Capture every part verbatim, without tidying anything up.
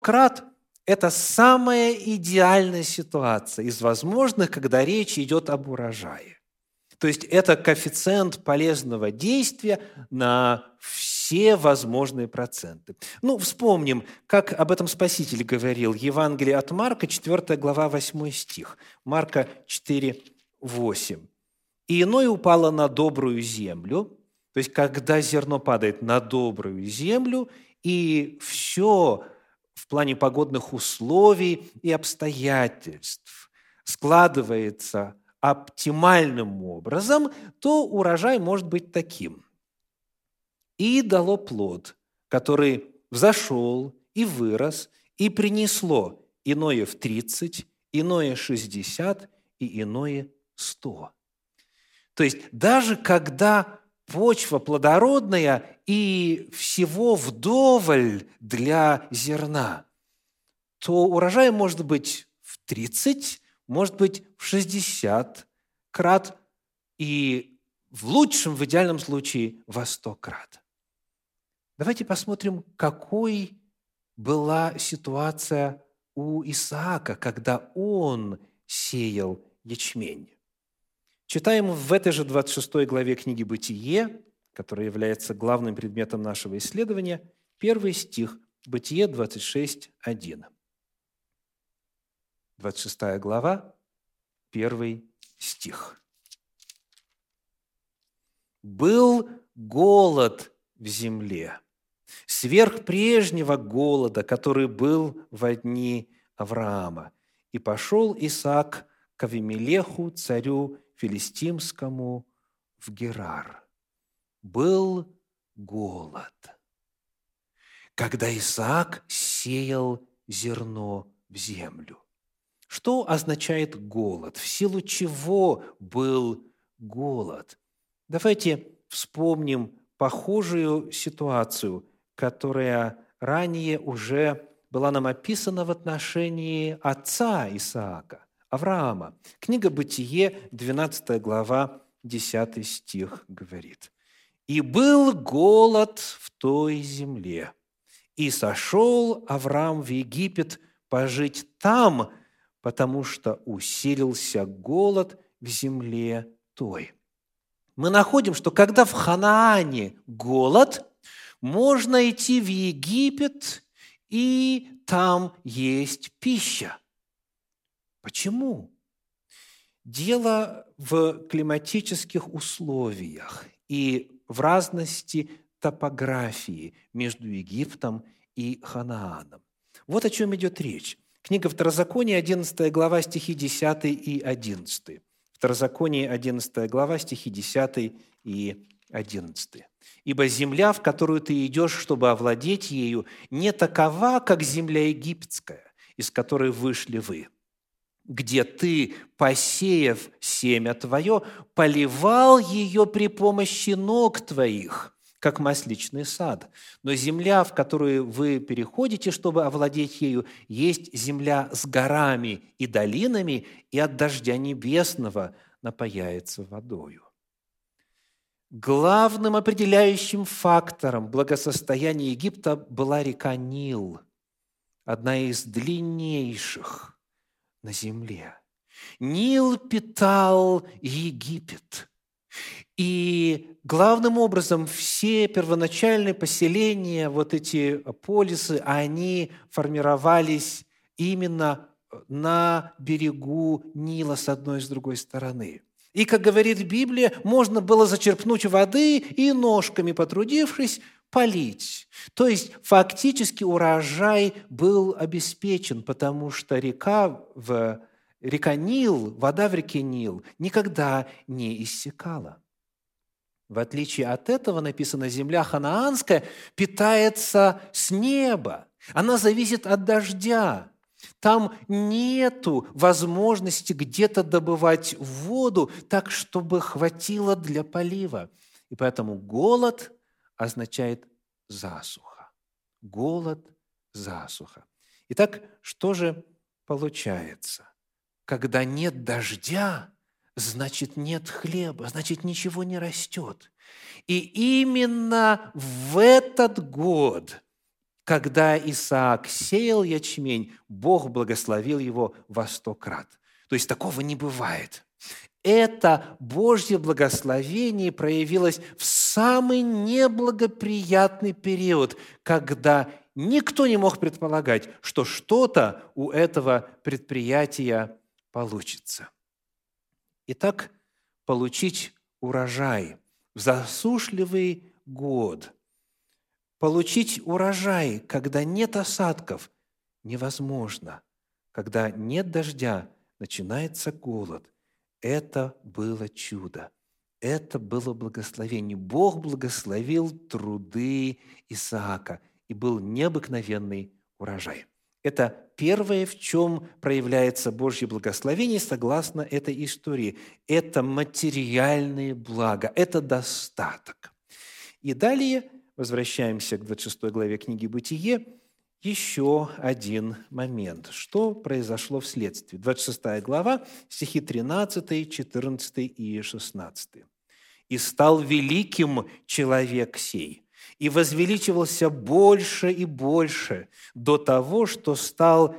крат – это самая идеальная ситуация из возможных, когда речь идет об урожае. То есть это коэффициент полезного действия на все возможные проценты. Ну, вспомним, как об этом Спаситель говорил. Евангелие от Марка, четвёртая глава, восьмой стих. Марка четыре, восемь. «И иное упало на добрую землю». То есть, когда зерно падает на добрую землю, и все в плане погодных условий и обстоятельств складывается оптимальным образом, то урожай может быть таким. «И дало плод, который взошел и вырос, и принесло иное в тридцать, иное шестьдесят, и иное сто». То есть даже когда почва плодородная и всего вдоволь для зерна, то урожай может быть в тридцать, может быть в шестьдесят крат и в лучшем, в идеальном случае, во сто крат. Давайте посмотрим, какой была ситуация у Исаака, когда он сеял ячмень. Читаем в этой же двадцать шестой главе книги «Бытие», которая является главным предметом нашего исследования, первый стих, Бытие двадцать шесть, один. двадцать шестая глава, первый стих. «Был голод в земле, сверх прежнего голода, который был во дни Авраама. И пошел Исаак к Авимелеху, царю филистимскому, в Герар. Был голод, когда Исаак сеял зерно в землю». Что означает голод? В силу чего был голод? Давайте вспомним похожую ситуацию, которая ранее уже была нам описана в отношении отца Исаака, Авраама. Книга «Бытие», двенадцатая глава, десятый стих говорит: «И был голод в той земле, и сошел Авраам в Египет пожить там, потому что усилился голод в земле той». Мы находим, что когда в Ханаане голод, можно идти в Египет, и там есть пища. Почему? Дело в климатических условиях и в разности топографии между Египтом и Ханааном. Вот о чем идет речь. Книга Второзакония, одиннадцатая глава, стихи десятый и одиннадцатый. Второзаконие, одиннадцатая глава, стихи десятый и одиннадцатый. «Ибо земля, в которую ты идешь, чтобы овладеть ею, не такова, как земля египетская, из которой вышли вы, где ты, посеяв семя твое, поливал ее при помощи ног твоих, как масличный сад. Но земля, в которую вы переходите, чтобы овладеть ею, есть земля с горами и долинами, и от дождя небесного напояется водою». Главным определяющим фактором благосостояния Египта была река Нил, одна из длиннейших на земле. Нил питал Египет. И главным образом все первоначальные поселения, вот эти полисы, они формировались именно на берегу Нила с одной и с другой стороны. И, как говорит Библия, можно было зачерпнуть воды и, ножками потрудившись, полить. То есть фактически урожай был обеспечен, потому что река, в, река Нил, вода в реке Нил никогда не иссякала. В отличие от этого, написано, земля ханаанская питается с неба. Она зависит от дождя. Там нету возможности где-то добывать воду так, чтобы хватило для полива. И поэтому голод означает засуха. Голод, засуха. Итак, что же получается? Когда нет дождя, значит, нет хлеба, значит, ничего не растет. И именно в этот год, когда Исаак сеял ячмень, Бог благословил его во сто крат. То есть такого не бывает. Это Божье благословение проявилось в самый неблагоприятный период, когда никто не мог предполагать, что что-то у этого предприятия получится. Итак, получить урожай в засушливый год, получить урожай, когда нет осадков, невозможно. Когда нет дождя, начинается голод. Это было чудо. Это было благословение. Бог благословил труды Исаака, и был необыкновенный урожай. Это первое, в чем проявляется Божье благословение, согласно этой истории. Это материальные блага, это достаток. И далее возвращаемся к двадцать шестой главе книги «Бытие». Еще один момент. Что произошло вследствие? двадцать шестая глава, стихи тринадцатый, четырнадцатый и шестнадцатый. «И стал великим человек сей, и возвеличивался больше и больше до того, что стал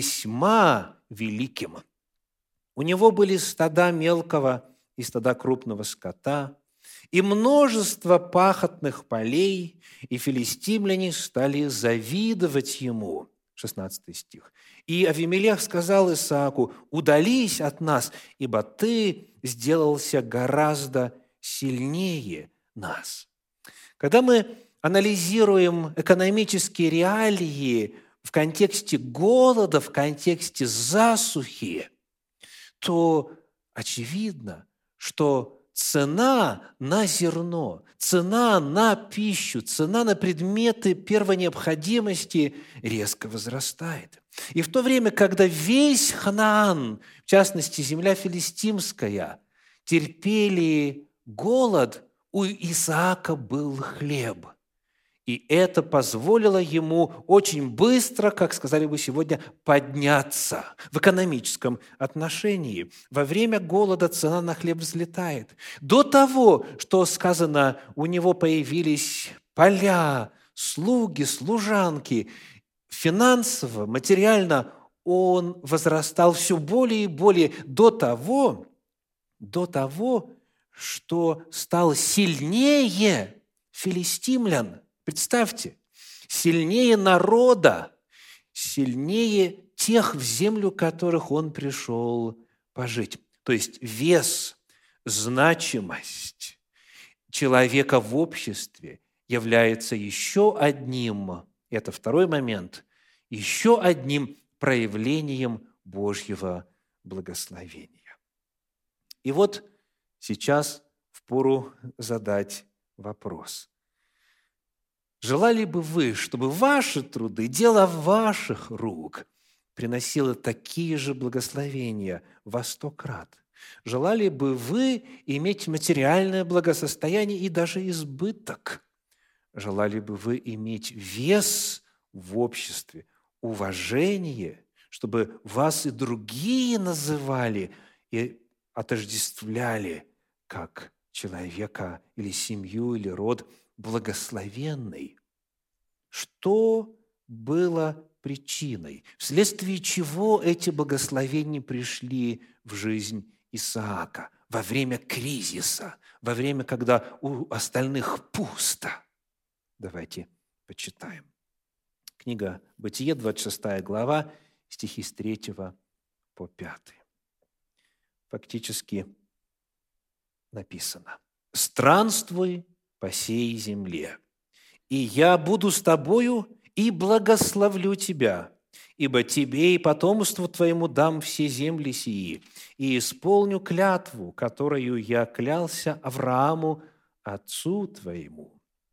весьма великим. У него были стада мелкого и стада крупного скота, и множество пахотных полей, и филистимляне стали завидовать ему». шестнадцатый стих. «И Авимелех сказал Исааку: удались от нас, ибо ты сделался гораздо сильнее нас». Когда мы анализируем экономические реалии в контексте голода, в контексте засухи, то очевидно, что цена на зерно, цена на пищу, цена на предметы первой необходимости резко возрастает. И в то время, когда весь Ханаан, в частности, земля филистимская, терпели голод, у Исаака был хлеб. И это позволило ему очень быстро, как сказали бы сегодня, подняться в экономическом отношении. Во время голода цена на хлеб взлетает. До того, что сказано, у него появились поля, слуги, служанки. Финансово, материально он возрастал все более и более до того, до того, что стал сильнее филистимлян. Представьте, сильнее народа, сильнее тех, в землю которых он пришел пожить. То есть вес, значимость человека в обществе является еще одним, это второй момент, еще одним проявлением Божьего благословения. И вот сейчас впору задать вопрос. Желали бы вы, чтобы ваши труды, дело ваших рук приносило такие же благословения во сто крат? Желали бы вы иметь материальное благосостояние и даже избыток? Желали бы вы иметь вес в обществе, уважение, чтобы вас и другие называли и отождествляли как человека или семью, или род благословенный? Что было причиной, вследствие чего эти благословения пришли в жизнь Исаака во время кризиса, во время, когда у остальных пусто? Давайте почитаем. Книга «Бытие», двадцать шестая глава, стихи с третьего по пятый. Фактически написано: «Странствуй по сей земле, и я буду с тобою и благословлю тебя, ибо тебе и потомству твоему дам все земли сии, и исполню клятву, которую я клялся Аврааму, отцу твоему.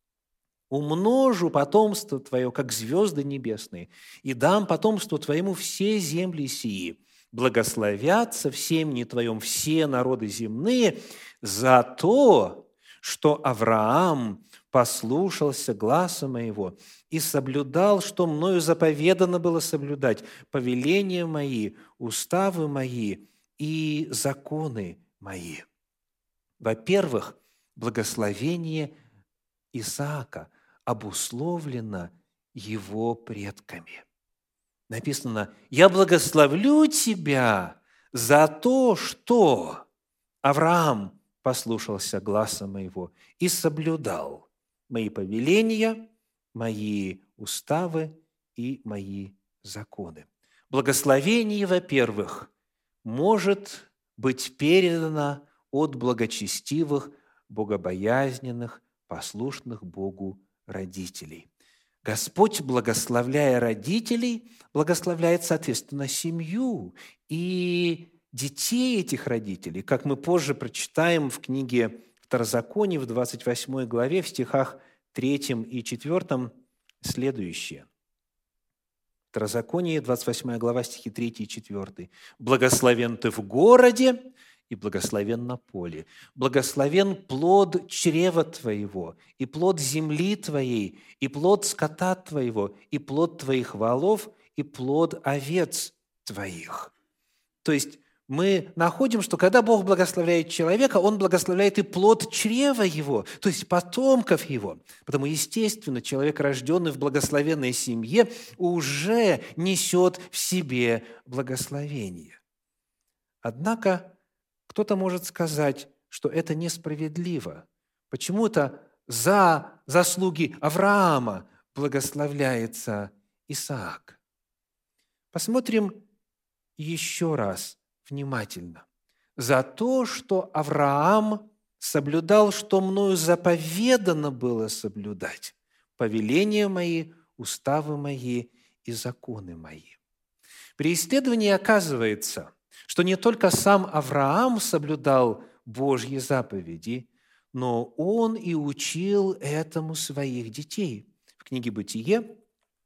Умножу потомство твое, как звезды небесные, и дам потомству твоему все земли сии. Благословятся в семени твоем все народы земные за то, что Авраам послушался гласа моего и соблюдал, что мною заповедано было соблюдать, повеления мои, уставы мои и законы мои». Во-первых, благословение Исаака обусловлено его предками. Написано: «Я благословлю тебя за то, что Авраам послушался гласа моего и соблюдал мои повеления, мои уставы и мои законы». Благословение, во-первых, может быть передано от благочестивых, богобоязненных, послушных Богу родителей. Господь, благословляя родителей, благословляет, соответственно, семью и детей этих родителей. Как мы позже прочитаем в книге Второзакония, в двадцать восьмой главе, в стихах третьем и четвёртом, следующее. Второзаконие, двадцать восьмая глава, стихи третий и четвёртый. «Благословен ты в городе, и благословен на поле. Благословен плод чрева твоего, и плод земли твоей, и плод скота твоего, и плод твоих волов, и плод овец твоих». То есть мы находим, что когда Бог благословляет человека, Он благословляет и плод чрева его, то есть потомков его. Потому, естественно, человек, рожденный в благословенной семье, уже несет в себе благословение. Однако кто-то может сказать, что это несправедливо. Почему-то за заслуги Авраама благословляется Исаак. Посмотрим еще раз внимательно. «За то, что Авраам соблюдал, что мною заповедано было соблюдать, повеления мои, уставы мои и законы мои». При исследовании оказывается, что не только сам Авраам соблюдал Божьи заповеди, но он и учил этому своих детей. В книге «Бытие»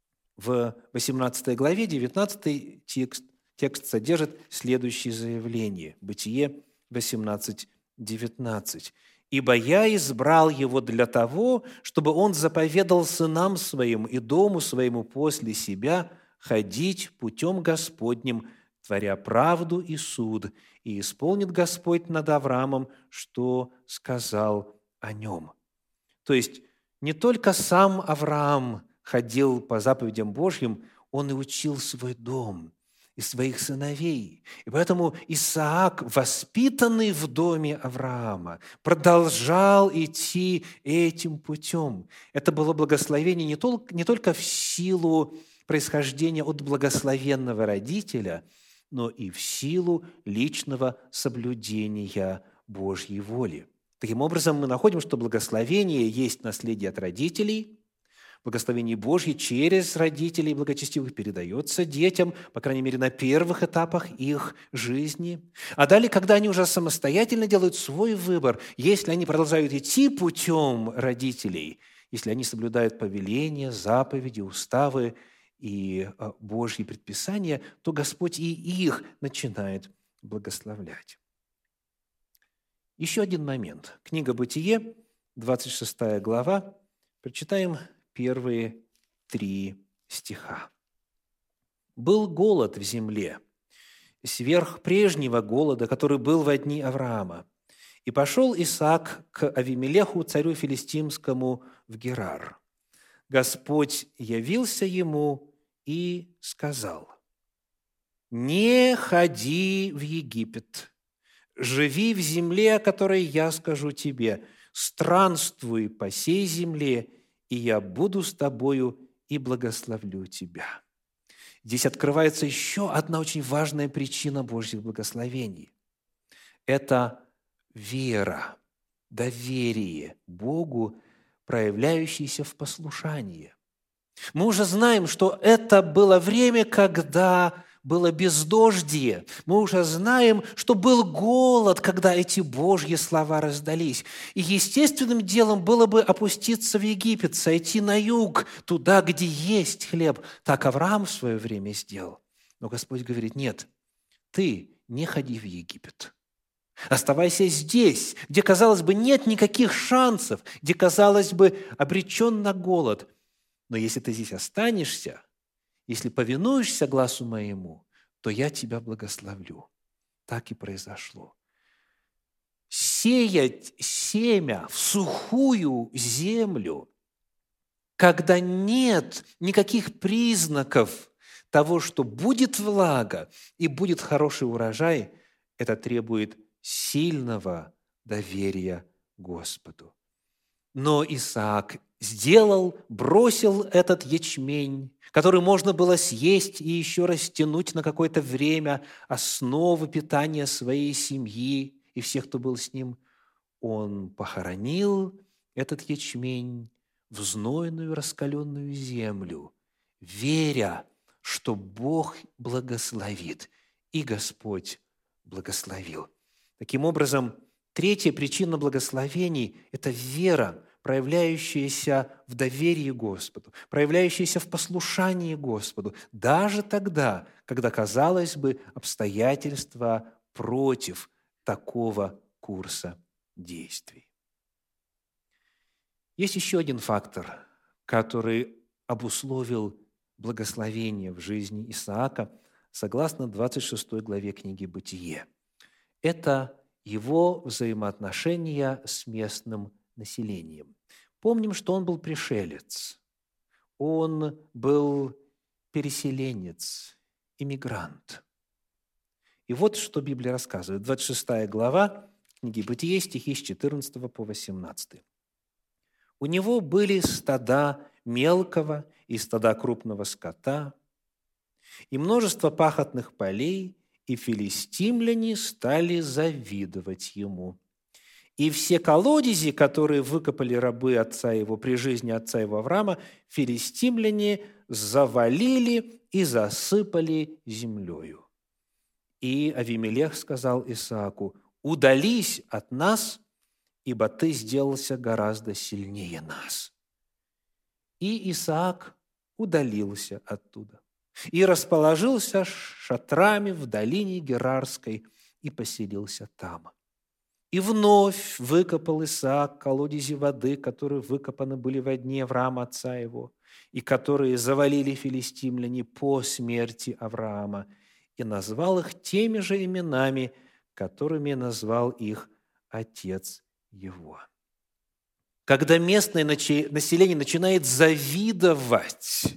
в восемнадцатой главе, девятнадцатый текст, текст содержит следующее заявление. Бытие восемнадцать, девятнадцать. «Ибо я избрал его для того, чтобы он заповедал сынам своим и дому своему после себя ходить путем Господним, творя правду и суд, и исполнит Господь над Авраамом, что сказал о нем». То есть не только сам Авраам ходил по заповедям Божьим, он и учил свой дом и своих сыновей. И поэтому Исаак, воспитанный в доме Авраама, продолжал идти этим путем. Это было благословение не только, не только в силу происхождения от благословенного родителя, но и в силу личного соблюдения Божьей воли. Таким образом, мы находим, что благословение есть наследие от родителей, благословение Божье через родителей благочестивых передается детям, по крайней мере, на первых этапах их жизни. А далее, когда они уже самостоятельно делают свой выбор, если они продолжают идти путем родителей, если они соблюдают повеления, заповеди, уставы и Божьи предписания, то Господь и их начинает благословлять. Еще один момент. Книга «Бытие», двадцать шестая глава, прочитаем первые три стиха. «Был голод в земле, сверх прежнего голода, который был во дни Авраама. И пошел Исаак к Авимелеху, царю филистимскому, в Герар. Господь явился ему и сказал: „Не ходи в Египет, живи в земле, о которой я скажу тебе, странствуй по сей земле, и я буду с тобою и благословлю тебя». Здесь открывается еще одна очень важная причина Божьих благословений. Это вера, доверие Богу, проявляющееся в послушании. Мы уже знаем, что это было время, когда было бездождие. Мы уже знаем, что был голод, когда эти Божьи слова раздались. И естественным делом было бы опуститься в Египет, сойти на юг, туда, где есть хлеб. Так Авраам в свое время сделал. Но Господь говорит: нет, ты не ходи в Египет. Оставайся здесь, где, казалось бы, нет никаких шансов, где, казалось бы, обречен на голод. Но если ты здесь останешься, если повинуешься гласу моему, то я тебя благословлю. Так и произошло. Сеять семя в сухую землю когда нет никаких признаков того, что будет влага и будет хороший урожай, это требует сильного доверия Господу. Но Исаак сделал, бросил этот ячмень, который можно было съесть и еще растянуть на какое-то время основы питания своей семьи и всех, кто был с ним. Он похоронил этот ячмень в знойную раскаленную землю, веря, что Бог благословит, и Господь благословил. Таким образом, третья причина благословений – это вера, проявляющаяся в доверии Господу, проявляющаяся в послушании Господу, даже тогда, когда, казалось бы, обстоятельства против такого курса действий. Есть еще один фактор, который обусловил благословение в жизни Исаака, согласно двадцать шестой главе книги «Бытие». Это его взаимоотношения с местным населением. Помним, что он был пришелец, он был переселенец, иммигрант. И вот что Библия рассказывает. двадцать шестая глава книги «Бытие», стихи с четырнадцатого по восемнадцатый. «У него были стада мелкого и стада крупного скота, и множество пахотных полей, и филистимляне стали завидовать ему. И все колодези, которые выкопали рабы отца его при жизни отца его Авраама, филистимляне завалили и засыпали землею. И Авимелех сказал Исааку: удались от нас, ибо ты сделался гораздо сильнее нас. И Исаак удалился оттуда и расположился шатрами в долине Герарской и поселился там. И вновь выкопал Исаак колодези воды, которые выкопаны были во дне Авраама, отца его, и которые завалили филистимляне по смерти Авраама, и назвал их теми же именами, которыми назвал их отец его». Когда местное население начинает завидовать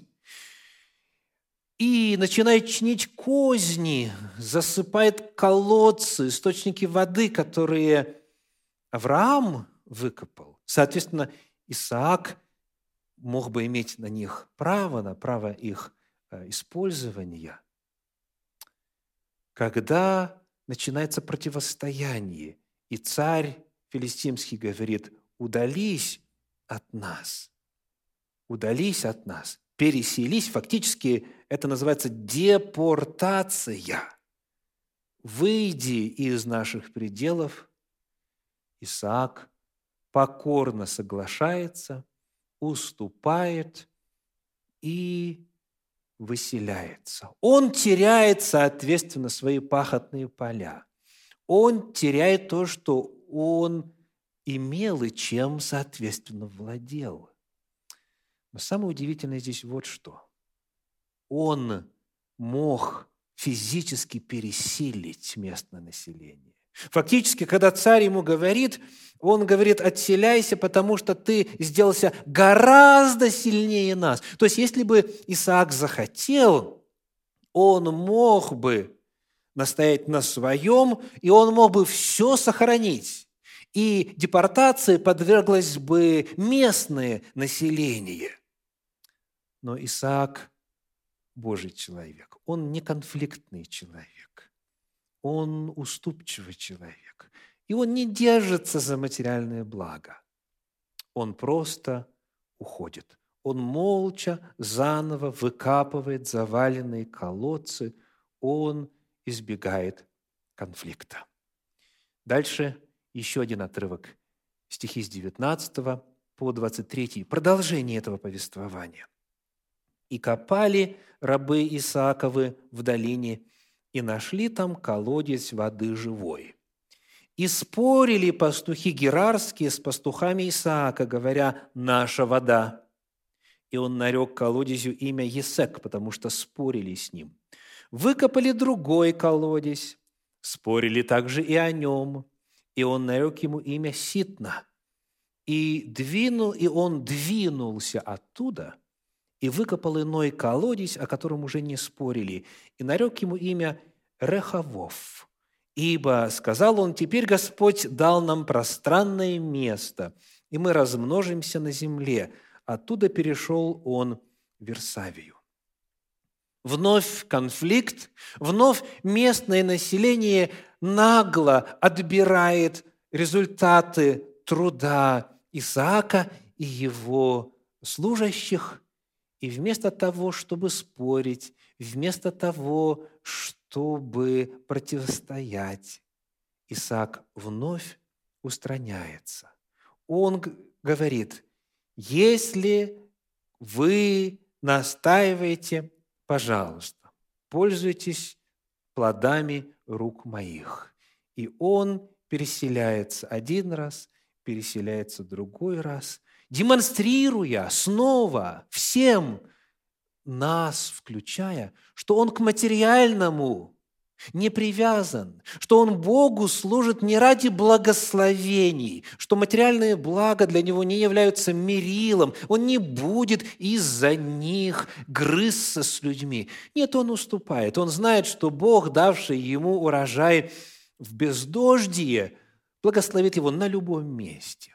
и начинает чинить козни, засыпает колодцы, источники воды, которые Авраам выкопал, соответственно, Исаак мог бы иметь на них право, на право их использования. Когда начинается противостояние, и царь филистимский говорит: удались от нас, удались от нас, переселись. Фактически это называется депортация. Выйди из наших пределов. Исаак покорно соглашается, уступает и выселяется. Он теряет, соответственно, свои пахотные поля. Он теряет то, что он имел и чем, соответственно, владел. Но самое удивительное здесь вот что. Он мог физически пересилить местное население. Фактически, когда царь ему говорит, он говорит: отселяйся, потому что ты сделался гораздо сильнее нас. То есть, если бы Исаак захотел, он мог бы настоять на своем, и он мог бы все сохранить. И депортации подверглось бы местное население. Но Исаак – Божий человек. Он не конфликтный человек. Он уступчивый человек. И он не держится за материальное благо. Он просто уходит. Он молча заново выкапывает заваленные колодцы. Он избегает конфликта. Дальше еще один отрывок, стихи с девятнадцатого по двадцать третий, продолжение этого повествования. «И копали рабы Исааковы в долине, и нашли там колодец воды живой. И спорили пастухи герарские с пастухами Исаака, говоря: наша вода. И он нарек колодезю имя Есек, потому что спорили с ним. Выкопали другой колодец, спорили также и о нем, и он нарек ему имя Ситна. И, двинул, и он двинулся оттуда и выкопал иной колодец, о котором уже не спорили, и нарек ему имя Рехавов. Ибо, сказал он, теперь Господь дал нам пространное место, и мы размножимся на земле. Оттуда перешел он в Вирсавию. Вновь конфликт, вновь местное население нагло отбирает результаты труда Исаака и его служащих, и вместо того, чтобы спорить, вместо того, чтобы противостоять, Исаак вновь устраняется. Он говорит: если вы настаиваете, пожалуйста, пользуйтесь плодами рук моих. И он переселяется один раз, переселяется другой раз, демонстрируя снова всем, нас включая, что он к материальному не привязан, что он Богу служит не ради благословений, что материальные блага для него не являются мерилом, он не будет из-за них грызться с людьми. Нет, он уступает, он знает, что Бог, давший ему урожай в бездождие, благословит его на любом месте.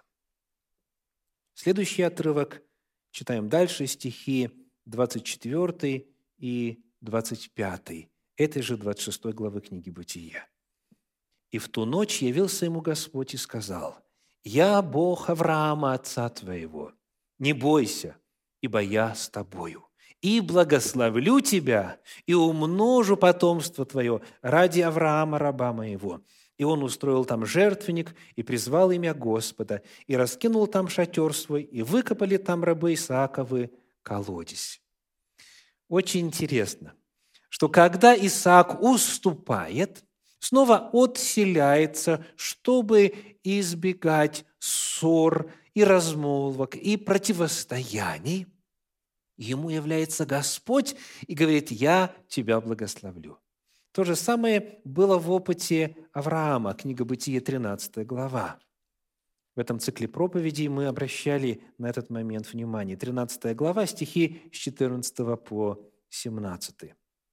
Следующий отрывок, читаем дальше, стихи двадцать четвёртый и двадцать пятый. Этой же двадцать шестой главы книги «Бытия». «И в ту ночь явился ему Господь и сказал: «Я Бог Авраама, отца твоего, не бойся, ибо я с тобою, и благословлю тебя, и умножу потомство твое ради Авраама, раба моего». И он устроил там жертвенник, и призвал имя Господа, и раскинул там шатер свой, и выкопали там рабы Исааковы колодец». Очень интересно, что когда Исаак уступает, снова отселяется, чтобы избегать ссор и размолвок и противостояний, ему является Господь и говорит: «Я тебя благословлю». То же самое было в опыте Авраама, книга Бытие, тринадцатая глава. В этом цикле проповедей мы обращали на этот момент внимание. тринадцатая глава, стихи с четырнадцатого по семнадцатый.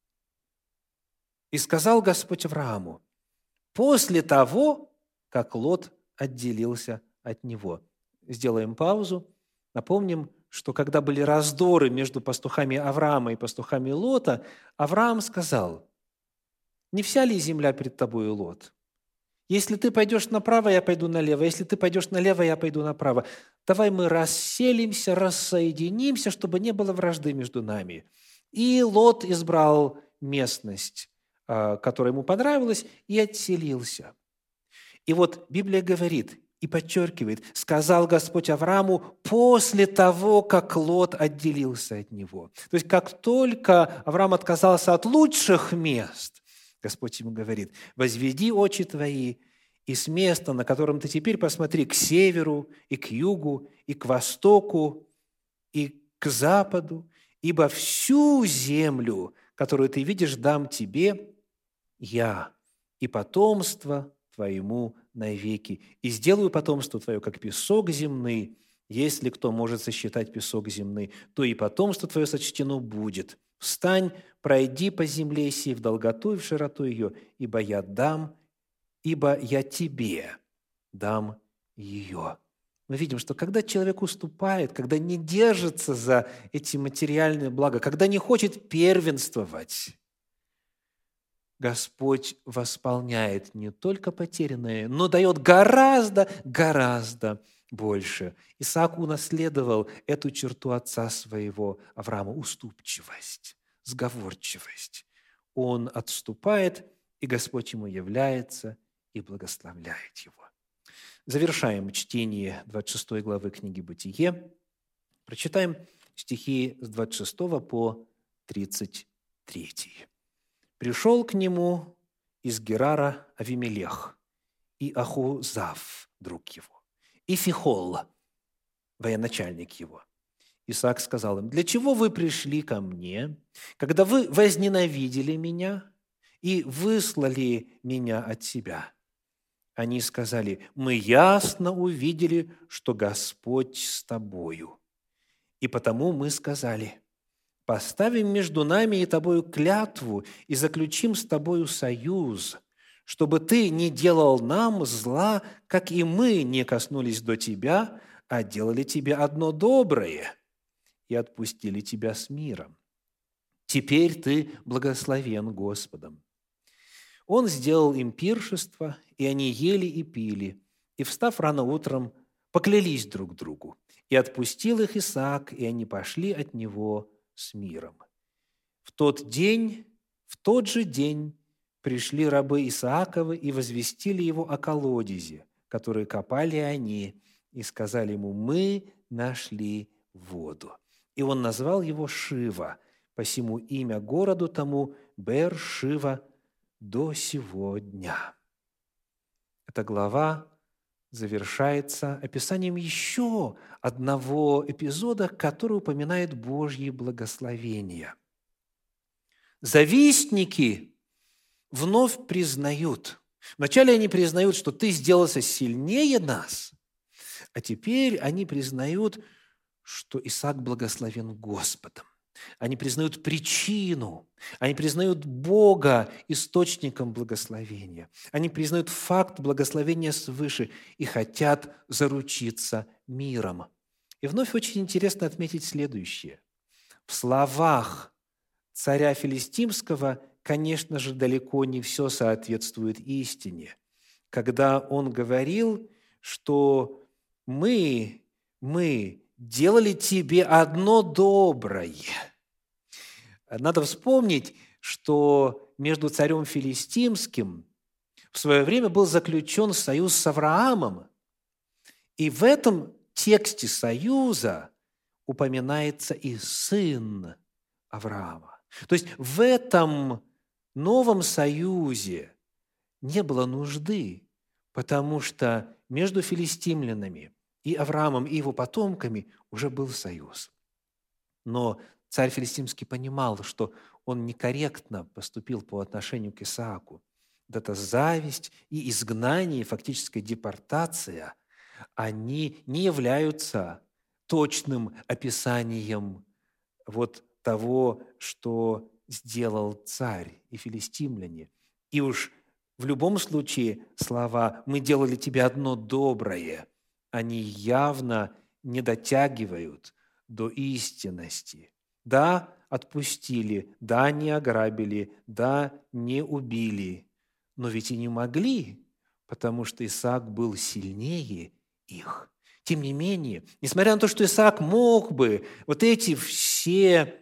«И сказал Господь Аврааму после того, как Лот отделился от него». Сделаем паузу. Напомним, что когда были раздоры между пастухами Авраама и пастухами Лота, Авраам сказал: «Не вся ли земля перед тобою, Лот? Если ты пойдешь направо, я пойду налево. Если ты пойдешь налево, я пойду направо. Давай мы расселимся, рассоединимся, чтобы не было вражды между нами». И Лот избрал местность, которая ему понравилась, и отселился. И вот Библия говорит и подчеркивает: «Сказал Господь Аврааму после того, как Лот отделился от него». То есть, как только Авраам отказался от лучших мест, Господь ему говорит: «Возведи очи твои, и с места, на котором ты теперь, посмотри к северу, и к югу, и к востоку, и к западу, ибо всю землю, которую ты видишь, дам тебе я и потомство твоему навеки, и сделаю потомство твое, как песок земный. Если кто может сосчитать песок земный, то и потомство твое сочтено будет. Встань, пройди по земле сей в долготу и в широту ее, ибо я дам, ибо я тебе дам ее». Мы видим, что когда человек уступает, когда не держится за эти материальные блага, когда не хочет первенствовать, Господь восполняет не только потерянное, но дает гораздо, гораздо больше. Исаак унаследовал эту черту отца своего Авраама – уступчивость, сговорчивость. Он отступает, и Господь ему является и благословляет его. Завершаем чтение двадцать шестой главы книги «Бытие». Прочитаем стихи с двадцать шестого по тридцать третий. «Пришел к нему из Герара Авимелех, и Ахузав, друг его, и Фихол, военачальник его. Исаак сказал им: «Для чего вы пришли ко мне, когда вы возненавидели меня и выслали меня от себя? Они сказали: «Мы ясно увидели, что Господь с тобою. И потому мы сказали: поставим между нами и тобою клятву и заключим с тобою союз, чтобы ты не делал нам зла, как и мы не коснулись до тебя, а делали тебе одно доброе и отпустили тебя с миром. Теперь ты благословен Господом». Он сделал им пиршество, и они ели и пили, и, встав рано утром, поклялись друг другу. И отпустил их Исаак, и они пошли от него с миром. В тот день, в тот же день пришли рабы Исааковы и возвестили его о колодезе, который копали они, и сказали ему: «Мы нашли воду». И он назвал его Шива, посему имя городу тому Беэр-Шива до сего дня. Эта глава завершается описанием еще одного эпизода, который упоминает Божьи благословения. Завистники вновь признают. Вначале они признают, что ты сделался сильнее нас, а теперь они признают, что Исаак благословен Господом. Они признают причину, они признают Бога источником благословения. Они признают факт благословения свыше и хотят заручиться миром. И вновь очень интересно отметить следующее. В словах царя Филистимского, конечно же, далеко не все соответствует истине. Когда он говорил, что мы, мы делали тебе одно доброе. Надо вспомнить, что между царем Филистимским в свое время был заключен союз с Авраамом. И в этом тексте союза упоминается и сын Авраама. То есть в этом новом союзе не было нужды, потому что между филистимлянами и Авраамом, и его потомками уже был союз. Но царь Филистимский понимал, что он некорректно поступил по отношению к Исааку. Вот эта зависть и изгнание, фактическая депортация, они не являются точным описанием вот того, что сделал царь и филистимляне. И уж в любом случае слова «мы делали тебе одно доброе», они явно не дотягивают до истинности. Да, отпустили, да, не ограбили, да, не убили, но ведь и не могли, потому что Исаак был сильнее их. Тем не менее, несмотря на то, что Исаак мог бы вот эти все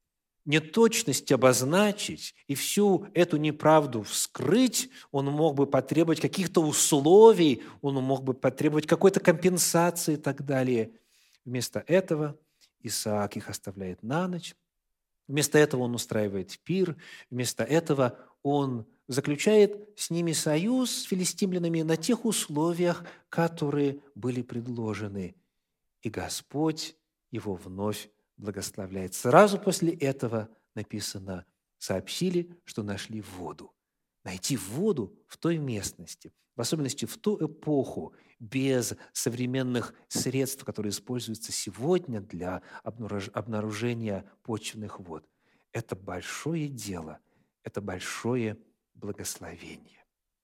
неточности обозначить и всю эту неправду вскрыть, он мог бы потребовать каких-то условий, он мог бы потребовать какой-то компенсации и так далее. Вместо этого Исаак их оставляет на ночь, вместо этого он устраивает пир, вместо этого он заключает с ними союз, с филистимлянами, на тех условиях, которые были предложены. И Господь его вновь благословляет. Сразу после этого написано: сообщили, что нашли воду. Найти воду в той местности, в особенности в ту эпоху, без современных средств, которые используются сегодня для обнаружения почвенных вод, это большое дело, это большое благословение.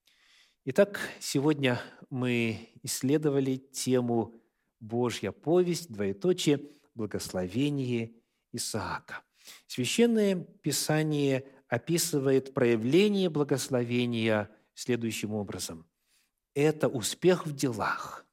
Итак, сегодня мы исследовали тему «Божья повесть», двоеточие, благословение Исаака. Священное Писание описывает проявление благословения следующим образом. Это успех в делах,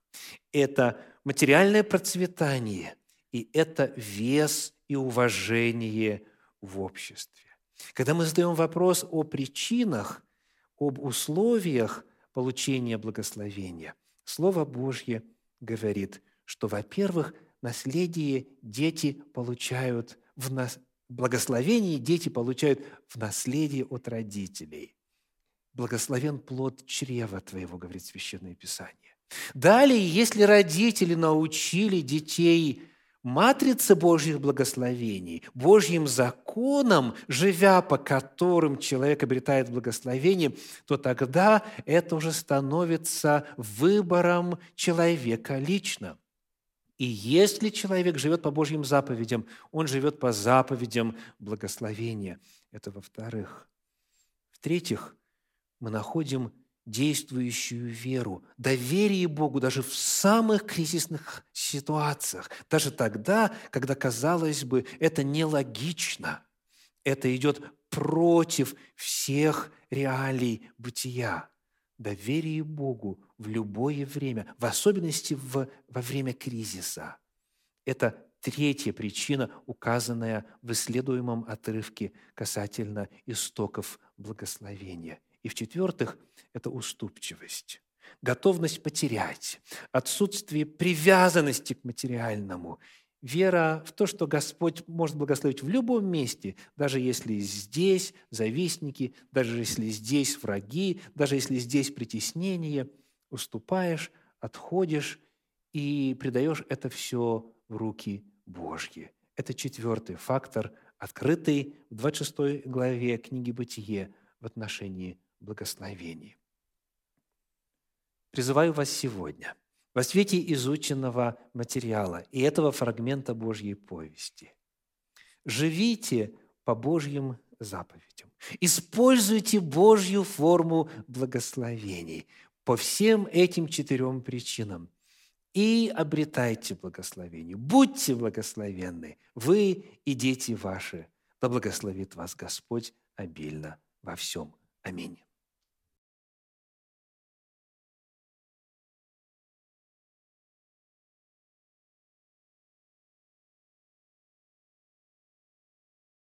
это материальное процветание, и это вес и уважение в обществе. Когда мы задаем вопрос о причинах, об условиях получения благословения, Слово Божье говорит, что, во-первых, наследие дети получают в нас, благословение дети получают в наследие от родителей. Благословен плод чрева твоего, говорит Священное Писание. Далее, если родители научили детей матрице Божьих благословений, Божьим законом, живя по которым человек обретает благословение, то тогда это уже становится выбором человека лично. И если человек живет по Божьим заповедям, он живет по заповедям благословения. Это во-вторых. В-третьих, мы находим действующую веру, доверие Богу даже в самых кризисных ситуациях, даже тогда, когда, казалось бы, это нелогично, это идет против всех реалий бытия. Доверие Богу в любое время, в особенности в, во время кризиса. Это третья причина, указанная в исследуемом отрывке касательно истоков благословения. И в-четвертых, это уступчивость, готовность потерять, отсутствие привязанности к материальному, вера в то, что Господь может благословить в любом месте, даже если здесь завистники, даже если здесь враги, даже если здесь притеснение, уступаешь, отходишь и предаешь это все в руки Божьи. Это четвертый фактор, открытый в двадцать шестой главе книги «Бытие» в отношении благословений. Призываю вас сегодня во свете изученного материала и этого фрагмента Божьей повести. Живите по Божьим заповедям. Используйте Божью форму благословений по всем этим четырем причинам и обретайте благословение. Будьте благословенны, вы и дети ваши. Да благословит вас Господь обильно во всем. Аминь.